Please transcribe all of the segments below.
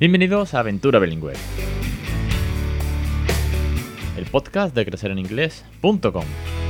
Bienvenidos a Aventura Bilingüe, el podcast de crecereninglés.com.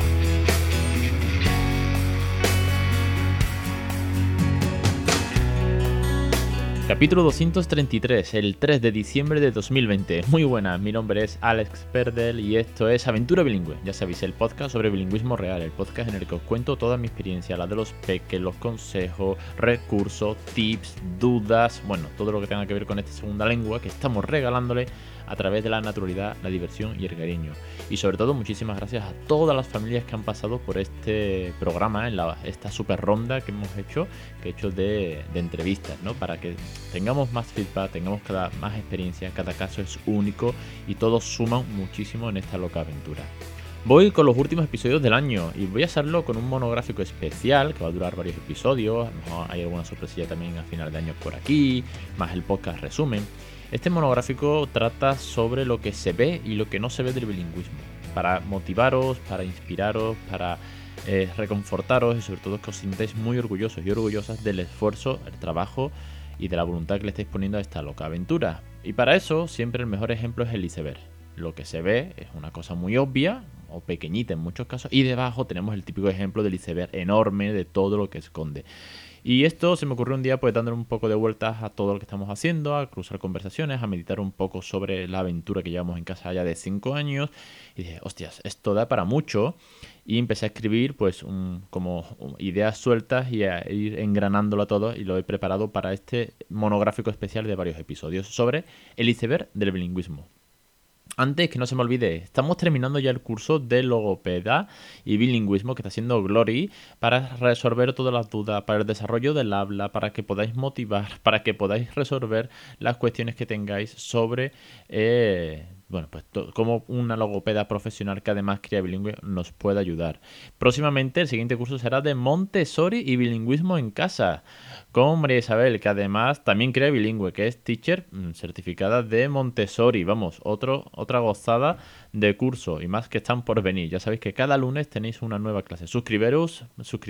Capítulo 233, el 3 de diciembre de 2020. Muy buenas, mi nombre es Alex Perdel y esto es Aventura Bilingüe. Ya sabéis, el podcast sobre bilingüismo real, el podcast en el que os cuento toda mi experiencia, la de los peques, los consejos, recursos, tips, dudas, bueno, todo lo que tenga que ver con esta segunda lengua que estamos regalándole a través de la naturalidad, la diversión y el cariño. Y sobre todo, muchísimas gracias a todas las familias que han pasado por este programa, en esta super ronda que hemos hecho, de entrevistas, ¿no? Para que tengamos más feedback, tengamos más experiencia, cada caso es único y todos suman muchísimo en esta loca aventura. Voy con los últimos episodios del año y voy a hacerlo con un monográfico especial que va a durar varios episodios. A lo mejor hay alguna sorpresilla también a final de año por aquí, más el podcast resumen. Este monográfico trata sobre lo que se ve y lo que no se ve del bilingüismo, para motivaros, para inspiraros, para reconfortaros y sobre todo que os sintáis muy orgullosos y orgullosas del esfuerzo, el trabajo y de la voluntad que le estáis poniendo a esta loca aventura. Y para eso siempre el mejor ejemplo es el iceberg. Lo que se ve es una cosa muy obvia o pequeñita en muchos casos y debajo tenemos el típico ejemplo del iceberg enorme de todo lo que esconde. Y esto se me ocurrió un día pues dándole un poco de vueltas a todo lo que estamos haciendo, a cruzar conversaciones, a meditar un poco sobre la aventura que llevamos en casa ya de 5 años. Y dije, hostias, esto da para mucho. Y empecé a escribir pues como ideas sueltas y a ir engranándolo todo y lo he preparado para este monográfico especial de varios episodios sobre el iceberg del bilingüismo. Antes, que no se me olvide, estamos terminando ya el curso de logopeda y bilingüismo que está haciendo Glory para resolver todas las dudas, para el desarrollo del habla, para que podáis motivar, para que podáis resolver las cuestiones que tengáis sobre cómo una logopeda profesional que además cría bilingüe nos puede ayudar. Próximamente el siguiente curso será de Montessori y bilingüismo en casa con María Isabel, que además también crea bilingüe, que es teacher certificada de Montessori. Vamos, otra gozada de curso y más que están por venir. Ya sabéis que cada lunes tenéis una nueva clase. Suscribiros,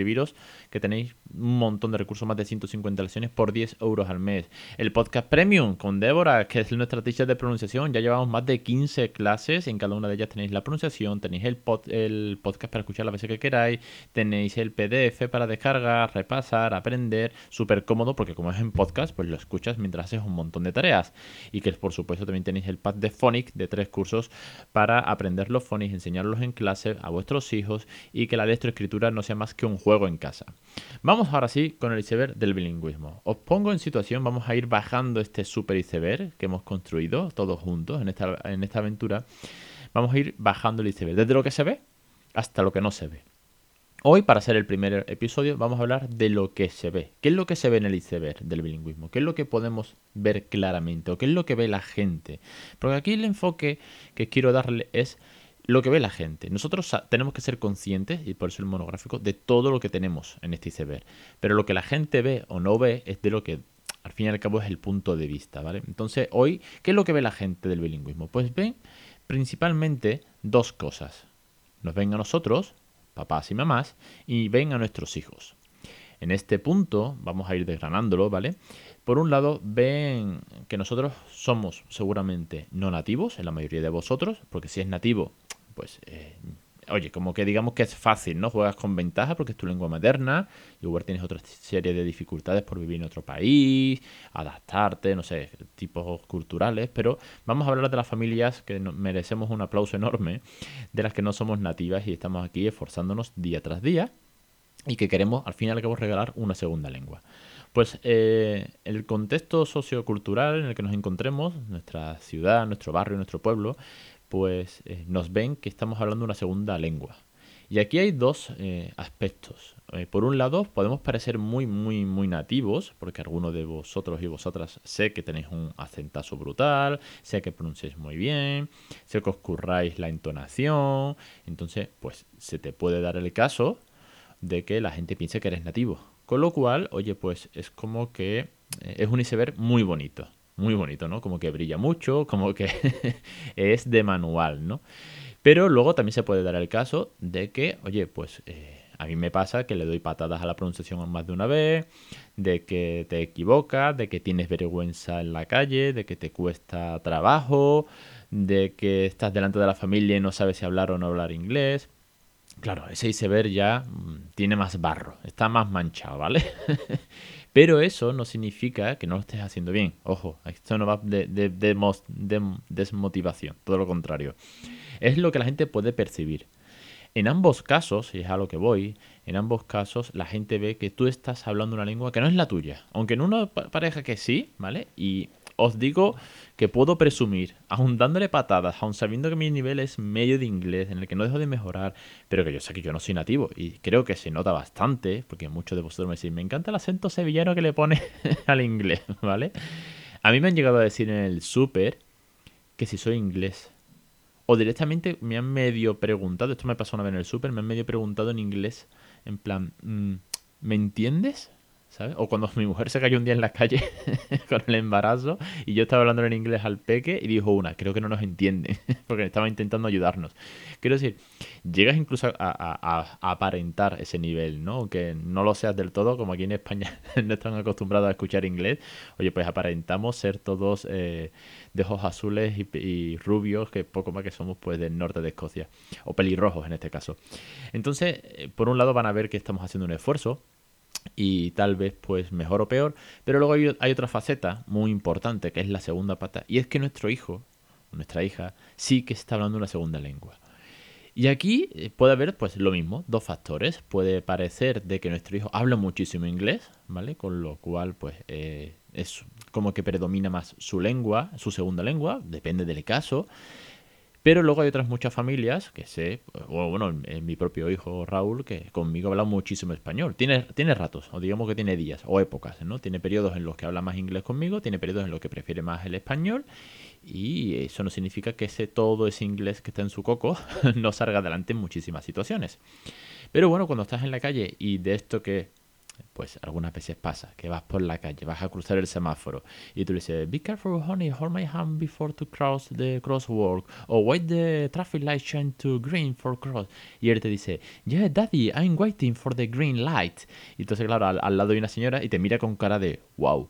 que tenéis un montón de recursos, más de 150 lecciones por 10 euros al mes. El podcast Premium con Débora, que es nuestra teacher de pronunciación. Ya llevamos más de 15 clases. En cada una de ellas tenéis la pronunciación, tenéis el podcast para escuchar las veces que queráis, tenéis el PDF para descargar, repasar, aprender. Súper cómodo porque como es en podcast, pues lo escuchas mientras haces un montón de tareas. Y que por supuesto también tenéis el pack de Phonics de 3 cursos para aprender los phonics, enseñarlos en clase a vuestros hijos y que la lectoescritura no sea más que un juego en casa. Vamos ahora sí con el iceberg del bilingüismo. Os pongo en situación, vamos a ir bajando este super iceberg que hemos construido todos juntos en esta aventura. Vamos a ir bajando el iceberg desde lo que se ve hasta lo que no se ve. Hoy, para ser el primer episodio, vamos a hablar de lo que se ve. ¿Qué es lo que se ve en el iceberg del bilingüismo? ¿Qué es lo que podemos ver claramente? ¿O qué es lo que ve la gente? Porque aquí el enfoque que quiero darle es lo que ve la gente. Nosotros tenemos que ser conscientes, y por eso el monográfico, de todo lo que tenemos en este iceberg. Pero lo que la gente ve o no ve es de lo que, al fin y al cabo, es el punto de vista, ¿vale? Entonces, hoy, ¿qué es lo que ve la gente del bilingüismo? Pues ven principalmente dos cosas. Nos ven a nosotros, papás y mamás, y ven a nuestros hijos. En este punto vamos a ir desgranándolo, ¿vale? Por un lado, ven que nosotros somos seguramente no nativos, en la mayoría de vosotros, porque si es nativo, pues, oye, como que digamos que es fácil, ¿no? Juegas con ventaja porque es tu lengua materna, y igual tienes otra serie de dificultades por vivir en otro país, adaptarte, no sé, tipos culturales, pero vamos a hablar de las familias que merecemos un aplauso enorme, de las que no somos nativas y estamos aquí esforzándonos día tras día y que queremos al fin y al cabo regalar una segunda lengua. Pues el contexto sociocultural en el que nos encontremos, nuestra ciudad, nuestro barrio, nuestro pueblo, pues nos ven que estamos hablando una segunda lengua. Y aquí hay dos aspectos. Por un lado, podemos parecer muy, muy, muy nativos, porque algunos de vosotros y vosotras sé que tenéis un acentazo brutal, sé que pronunciáis muy bien, sé que os curráis la entonación. Entonces, pues se te puede dar el caso de que la gente piense que eres nativo. Con lo cual, oye, pues es como que es un iceberg muy bonito. Muy bonito, ¿no? Como que brilla mucho, como que es de manual, ¿no? Pero luego también se puede dar el caso de que, oye, pues A mí me pasa que le doy patadas a la pronunciación más de una vez, de que te equivocas, de que tienes vergüenza en la calle, de que te cuesta trabajo, de que estás delante de la familia y no sabes si hablar o no hablar inglés. Claro, ese iceberg ya tiene más barro, está más manchado, ¿vale? Pero eso no significa que no lo estés haciendo bien. Ojo, esto no va de desmotivación, todo lo contrario. Es lo que la gente puede percibir. En ambos casos, y es a lo que voy, en ambos casos la gente ve que tú estás hablando una lengua que no es la tuya. Aunque en uno parezca que sí, ¿vale? Y os digo que puedo presumir, aun dándole patadas, aun sabiendo que mi nivel es medio de inglés, en el que no dejo de mejorar, pero que yo sé que yo no soy nativo. Y creo que se nota bastante, porque muchos de vosotros me decís, me encanta el acento sevillano que le pone al inglés, ¿vale? A mí me han llegado a decir en el súper que si soy inglés. O directamente me han medio preguntado, esto me pasó una vez en el súper, me han medio preguntado en inglés, en plan, ¿me entiendes? ¿Sabes? O cuando mi mujer se cayó un día en la calle con el embarazo y yo estaba hablando en inglés al peque y dijo una, creo que no nos entiende, porque estaba intentando ayudarnos. Quiero decir, llegas incluso a aparentar ese nivel, ¿no? Aunque no lo seas del todo, como aquí en España no están acostumbrados a escuchar inglés, oye, pues aparentamos ser todos de ojos azules y rubios, que poco más que somos pues del norte de Escocia, o pelirrojos en este caso. Entonces, por un lado van a ver que estamos haciendo un esfuerzo, y tal vez pues mejor o peor, pero luego hay otra faceta muy importante que es la segunda pata y es que nuestro hijo, nuestra hija, sí que está hablando una segunda lengua. Y aquí puede haber pues lo mismo, dos factores. Puede parecer de que nuestro hijo habla muchísimo inglés, ¿vale? Con lo cual pues es como que predomina más su lengua, su segunda lengua, depende del caso. Pero luego hay otras muchas familias que sé, o bueno, mi propio hijo Raúl, que conmigo habla muchísimo español. Tiene ratos, o digamos que tiene días, o épocas, ¿no? Tiene periodos en los que habla más inglés conmigo, tiene periodos en los que prefiere más el español, y eso no significa que todo ese inglés que está en su coco no salga adelante en muchísimas situaciones. Pero bueno, cuando estás en la calle y de esto que pues algunas veces pasa que vas por la calle, vas a cruzar el semáforo y tú le dices, be careful honey, hold my hand before to cross the crosswalk, o wait the traffic light shine to green for cross. Y él te dice, yeah daddy, I'm waiting for the green light. Y entonces claro, al lado hay una señora y te mira con cara de, wow.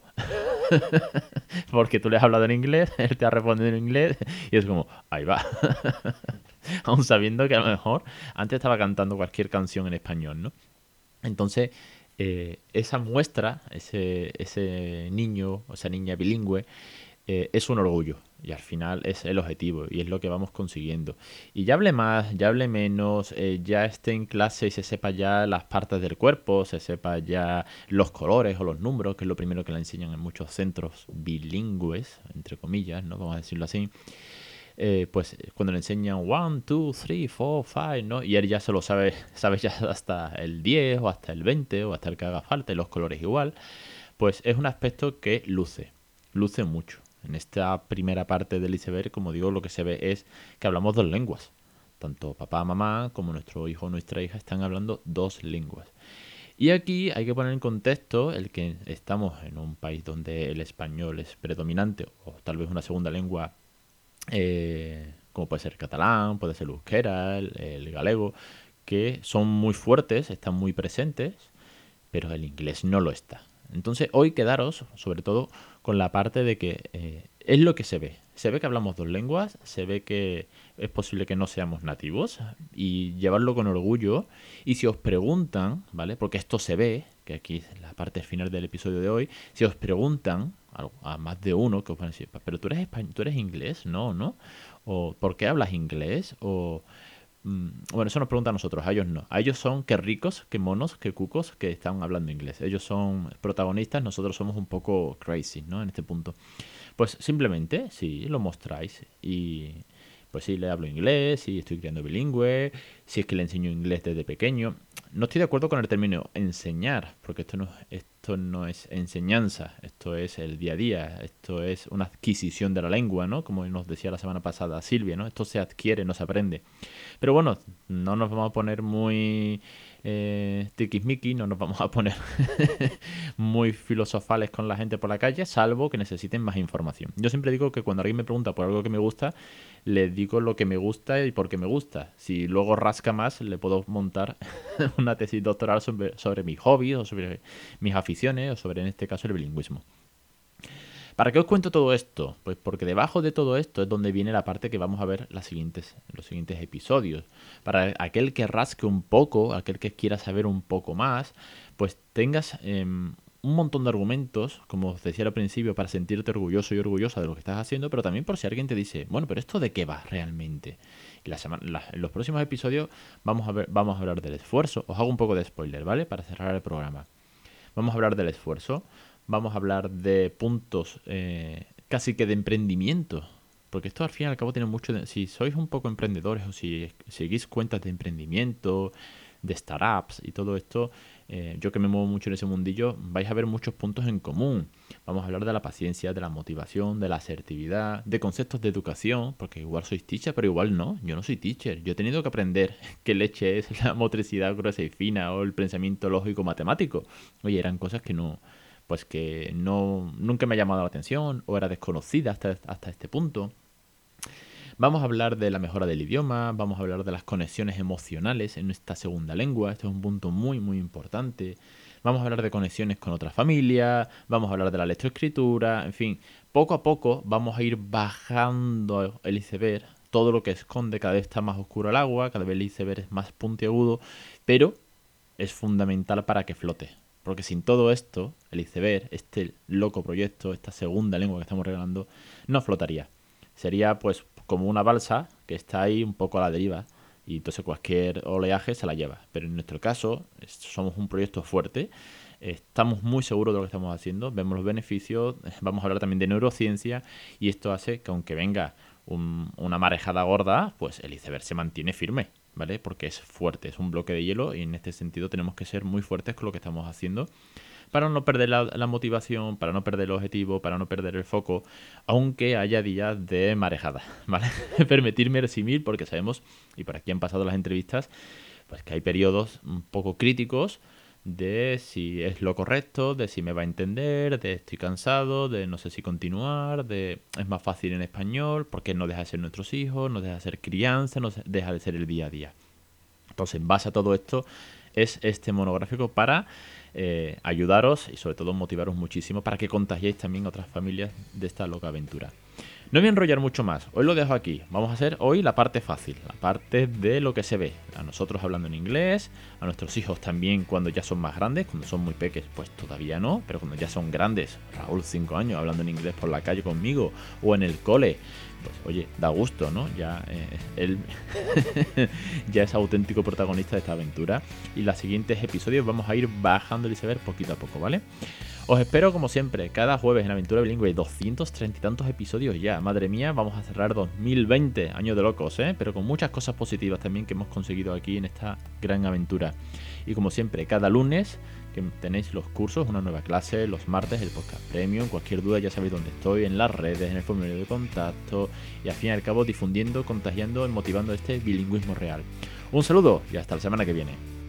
Porque tú le has hablado en inglés, él te ha respondido en inglés y es como, ahí va. Aún sabiendo que a lo mejor antes estaba cantando cualquier canción en español, ¿no? Entonces, esa muestra, ese niño o esa niña bilingüe, es un orgullo y al final es el objetivo y es lo que vamos consiguiendo. Y ya hable más, ya hable menos, ya esté en clase y se sepa ya las partes del cuerpo, se sepa ya los colores o los números, que es lo primero que le enseñan en muchos centros bilingües, entre comillas, ¿no? Vamos a decirlo así. Pues cuando le enseñan 1, 2, 3, 4, 5, ¿no? Y él ya se lo sabe ya hasta el 10 o hasta el 20 o hasta el que haga falta y los colores igual, pues es un aspecto que luce mucho. En esta primera parte del iceberg, como digo, lo que se ve es que hablamos dos lenguas. Tanto papá, mamá, como nuestro hijo o nuestra hija están hablando dos lenguas. Y aquí hay que poner en contexto el que estamos en un país donde el español es predominante o tal vez una segunda lengua como puede ser el catalán, puede ser el euskera, el galego, que son muy fuertes, están muy presentes, pero el inglés no lo está. Entonces hoy quedaros sobre todo con la parte de que es lo que se ve. Se ve que hablamos dos lenguas, se ve que es posible que no seamos nativos y llevarlo con orgullo. Y si os preguntan, ¿vale? Porque esto se ve, que aquí es la parte final del episodio de hoy, si os preguntan a más de uno que os van a decir, pero tú eres tú eres inglés, no, ¿no? O ¿por qué hablas inglés? O bueno, eso nos pregunta a nosotros, a ellos no. A ellos son que ricos, que monos, que cucos que están hablando inglés. Ellos son protagonistas, nosotros somos un poco crazy, ¿no? En este punto. Pues simplemente, sí, lo mostráis y pues sí, le hablo inglés, sí, estoy criando bilingüe, si es que le enseño inglés desde pequeño. No estoy de acuerdo con el término enseñar, porque esto no es enseñanza, esto es el día a día, esto es una adquisición de la lengua, ¿no? Como nos decía la semana pasada Silvia, ¿no? Esto se adquiere, no se aprende. Pero bueno, no nos vamos a poner muy tiquismiquis, no nos vamos a poner muy filosofales con la gente por la calle, salvo que necesiten más información. Yo siempre digo que cuando alguien me pregunta por algo que me gusta, le digo lo que me gusta y por qué me gusta. Si luego apetezca más, le puedo montar una tesis doctoral sobre mis hobbies o sobre mis aficiones o sobre, en este caso, el bilingüismo. ¿Para qué os cuento todo esto? Pues porque debajo de todo esto es donde viene la parte que vamos a ver en los siguientes episodios. Para aquel que rasque un poco, aquel que quiera saber un poco más, pues tengas un montón de argumentos, como os decía al principio, para sentirte orgulloso y orgullosa de lo que estás haciendo, pero también por si alguien te dice, bueno, pero ¿esto de qué va realmente? Y en los próximos episodios vamos a hablar del esfuerzo. Os hago un poco de spoiler, ¿vale? Para cerrar el programa. Vamos a hablar del esfuerzo, vamos a hablar de puntos casi que de emprendimiento, porque esto al fin y al cabo tiene mucho si sois un poco emprendedores o si seguís cuentas de emprendimiento, de startups y todo esto, yo que me muevo mucho en ese mundillo, vais a ver muchos puntos en común. Vamos a hablar de la paciencia, de la motivación, de la asertividad, de conceptos de educación, porque igual sois teacher, pero igual no, yo no soy teacher. Yo he tenido que aprender qué leche es la motricidad gruesa y fina o el pensamiento lógico matemático. Oye, eran cosas que nunca me ha llamado la atención o era desconocida hasta este punto. Vamos a hablar de la mejora del idioma, vamos a hablar de las conexiones emocionales en esta segunda lengua, esto es un punto muy muy importante. Vamos a hablar de conexiones con otras familias, vamos a hablar de la lectoescritura, en fin, poco a poco vamos a ir bajando el iceberg, todo lo que esconde, cada vez está más oscuro el agua, cada vez el iceberg es más puntiagudo, pero es fundamental para que flote. Porque sin todo esto, el iceberg, este loco proyecto, esta segunda lengua que estamos regalando, no flotaría. Sería pues como una balsa que está ahí un poco a la deriva y entonces cualquier oleaje se la lleva. Pero en nuestro caso somos un proyecto fuerte, estamos muy seguros de lo que estamos haciendo, vemos los beneficios, vamos a hablar también de neurociencia y esto hace que aunque venga una marejada gorda, pues el iceberg se mantiene firme, ¿vale? Porque es fuerte, es un bloque de hielo y en este sentido tenemos que ser muy fuertes con lo que estamos haciendo para no perder la motivación, para no perder el objetivo, para no perder el foco, aunque haya días de marejada, ¿vale? Permitirme resumir porque sabemos, y por aquí han pasado las entrevistas, pues que hay periodos un poco críticos de si es lo correcto, de si me va a entender, de estoy cansado, de no sé si continuar, de es más fácil en español, porque no deja de ser nuestros hijos, no deja de ser crianza, no deja de ser el día a día. Entonces, en base a todo esto, es este monográfico para ayudaros y sobre todo motivaros muchísimo para que contagiéis también a otras familias de esta loca aventura. No voy a enrollar mucho más, hoy lo dejo aquí. Vamos a hacer hoy la parte fácil, la parte de lo que se ve. A nosotros hablando en inglés, a nuestros hijos también cuando ya son más grandes, cuando son muy pequeños pues todavía no, pero cuando ya son grandes, Raúl 5 años hablando en inglés por la calle conmigo o en el cole, pues oye, da gusto, ¿no? Ya él ya es auténtico protagonista de esta aventura y los siguientes episodios vamos a ir bajando el iceberg poquito a poco, ¿vale? Os espero como siempre, cada jueves en Aventura Bilingüe, 230 y tantos episodios ya. Madre mía, vamos a cerrar 2020, año de locos, pero con muchas cosas positivas también que hemos conseguido aquí en esta gran aventura. Y como siempre, cada lunes que tenéis los cursos, una nueva clase, los martes el podcast premium, cualquier duda ya sabéis dónde estoy, en las redes, en el formulario de contacto y al fin y al cabo difundiendo, contagiando y motivando este bilingüismo real. Un saludo y hasta la semana que viene.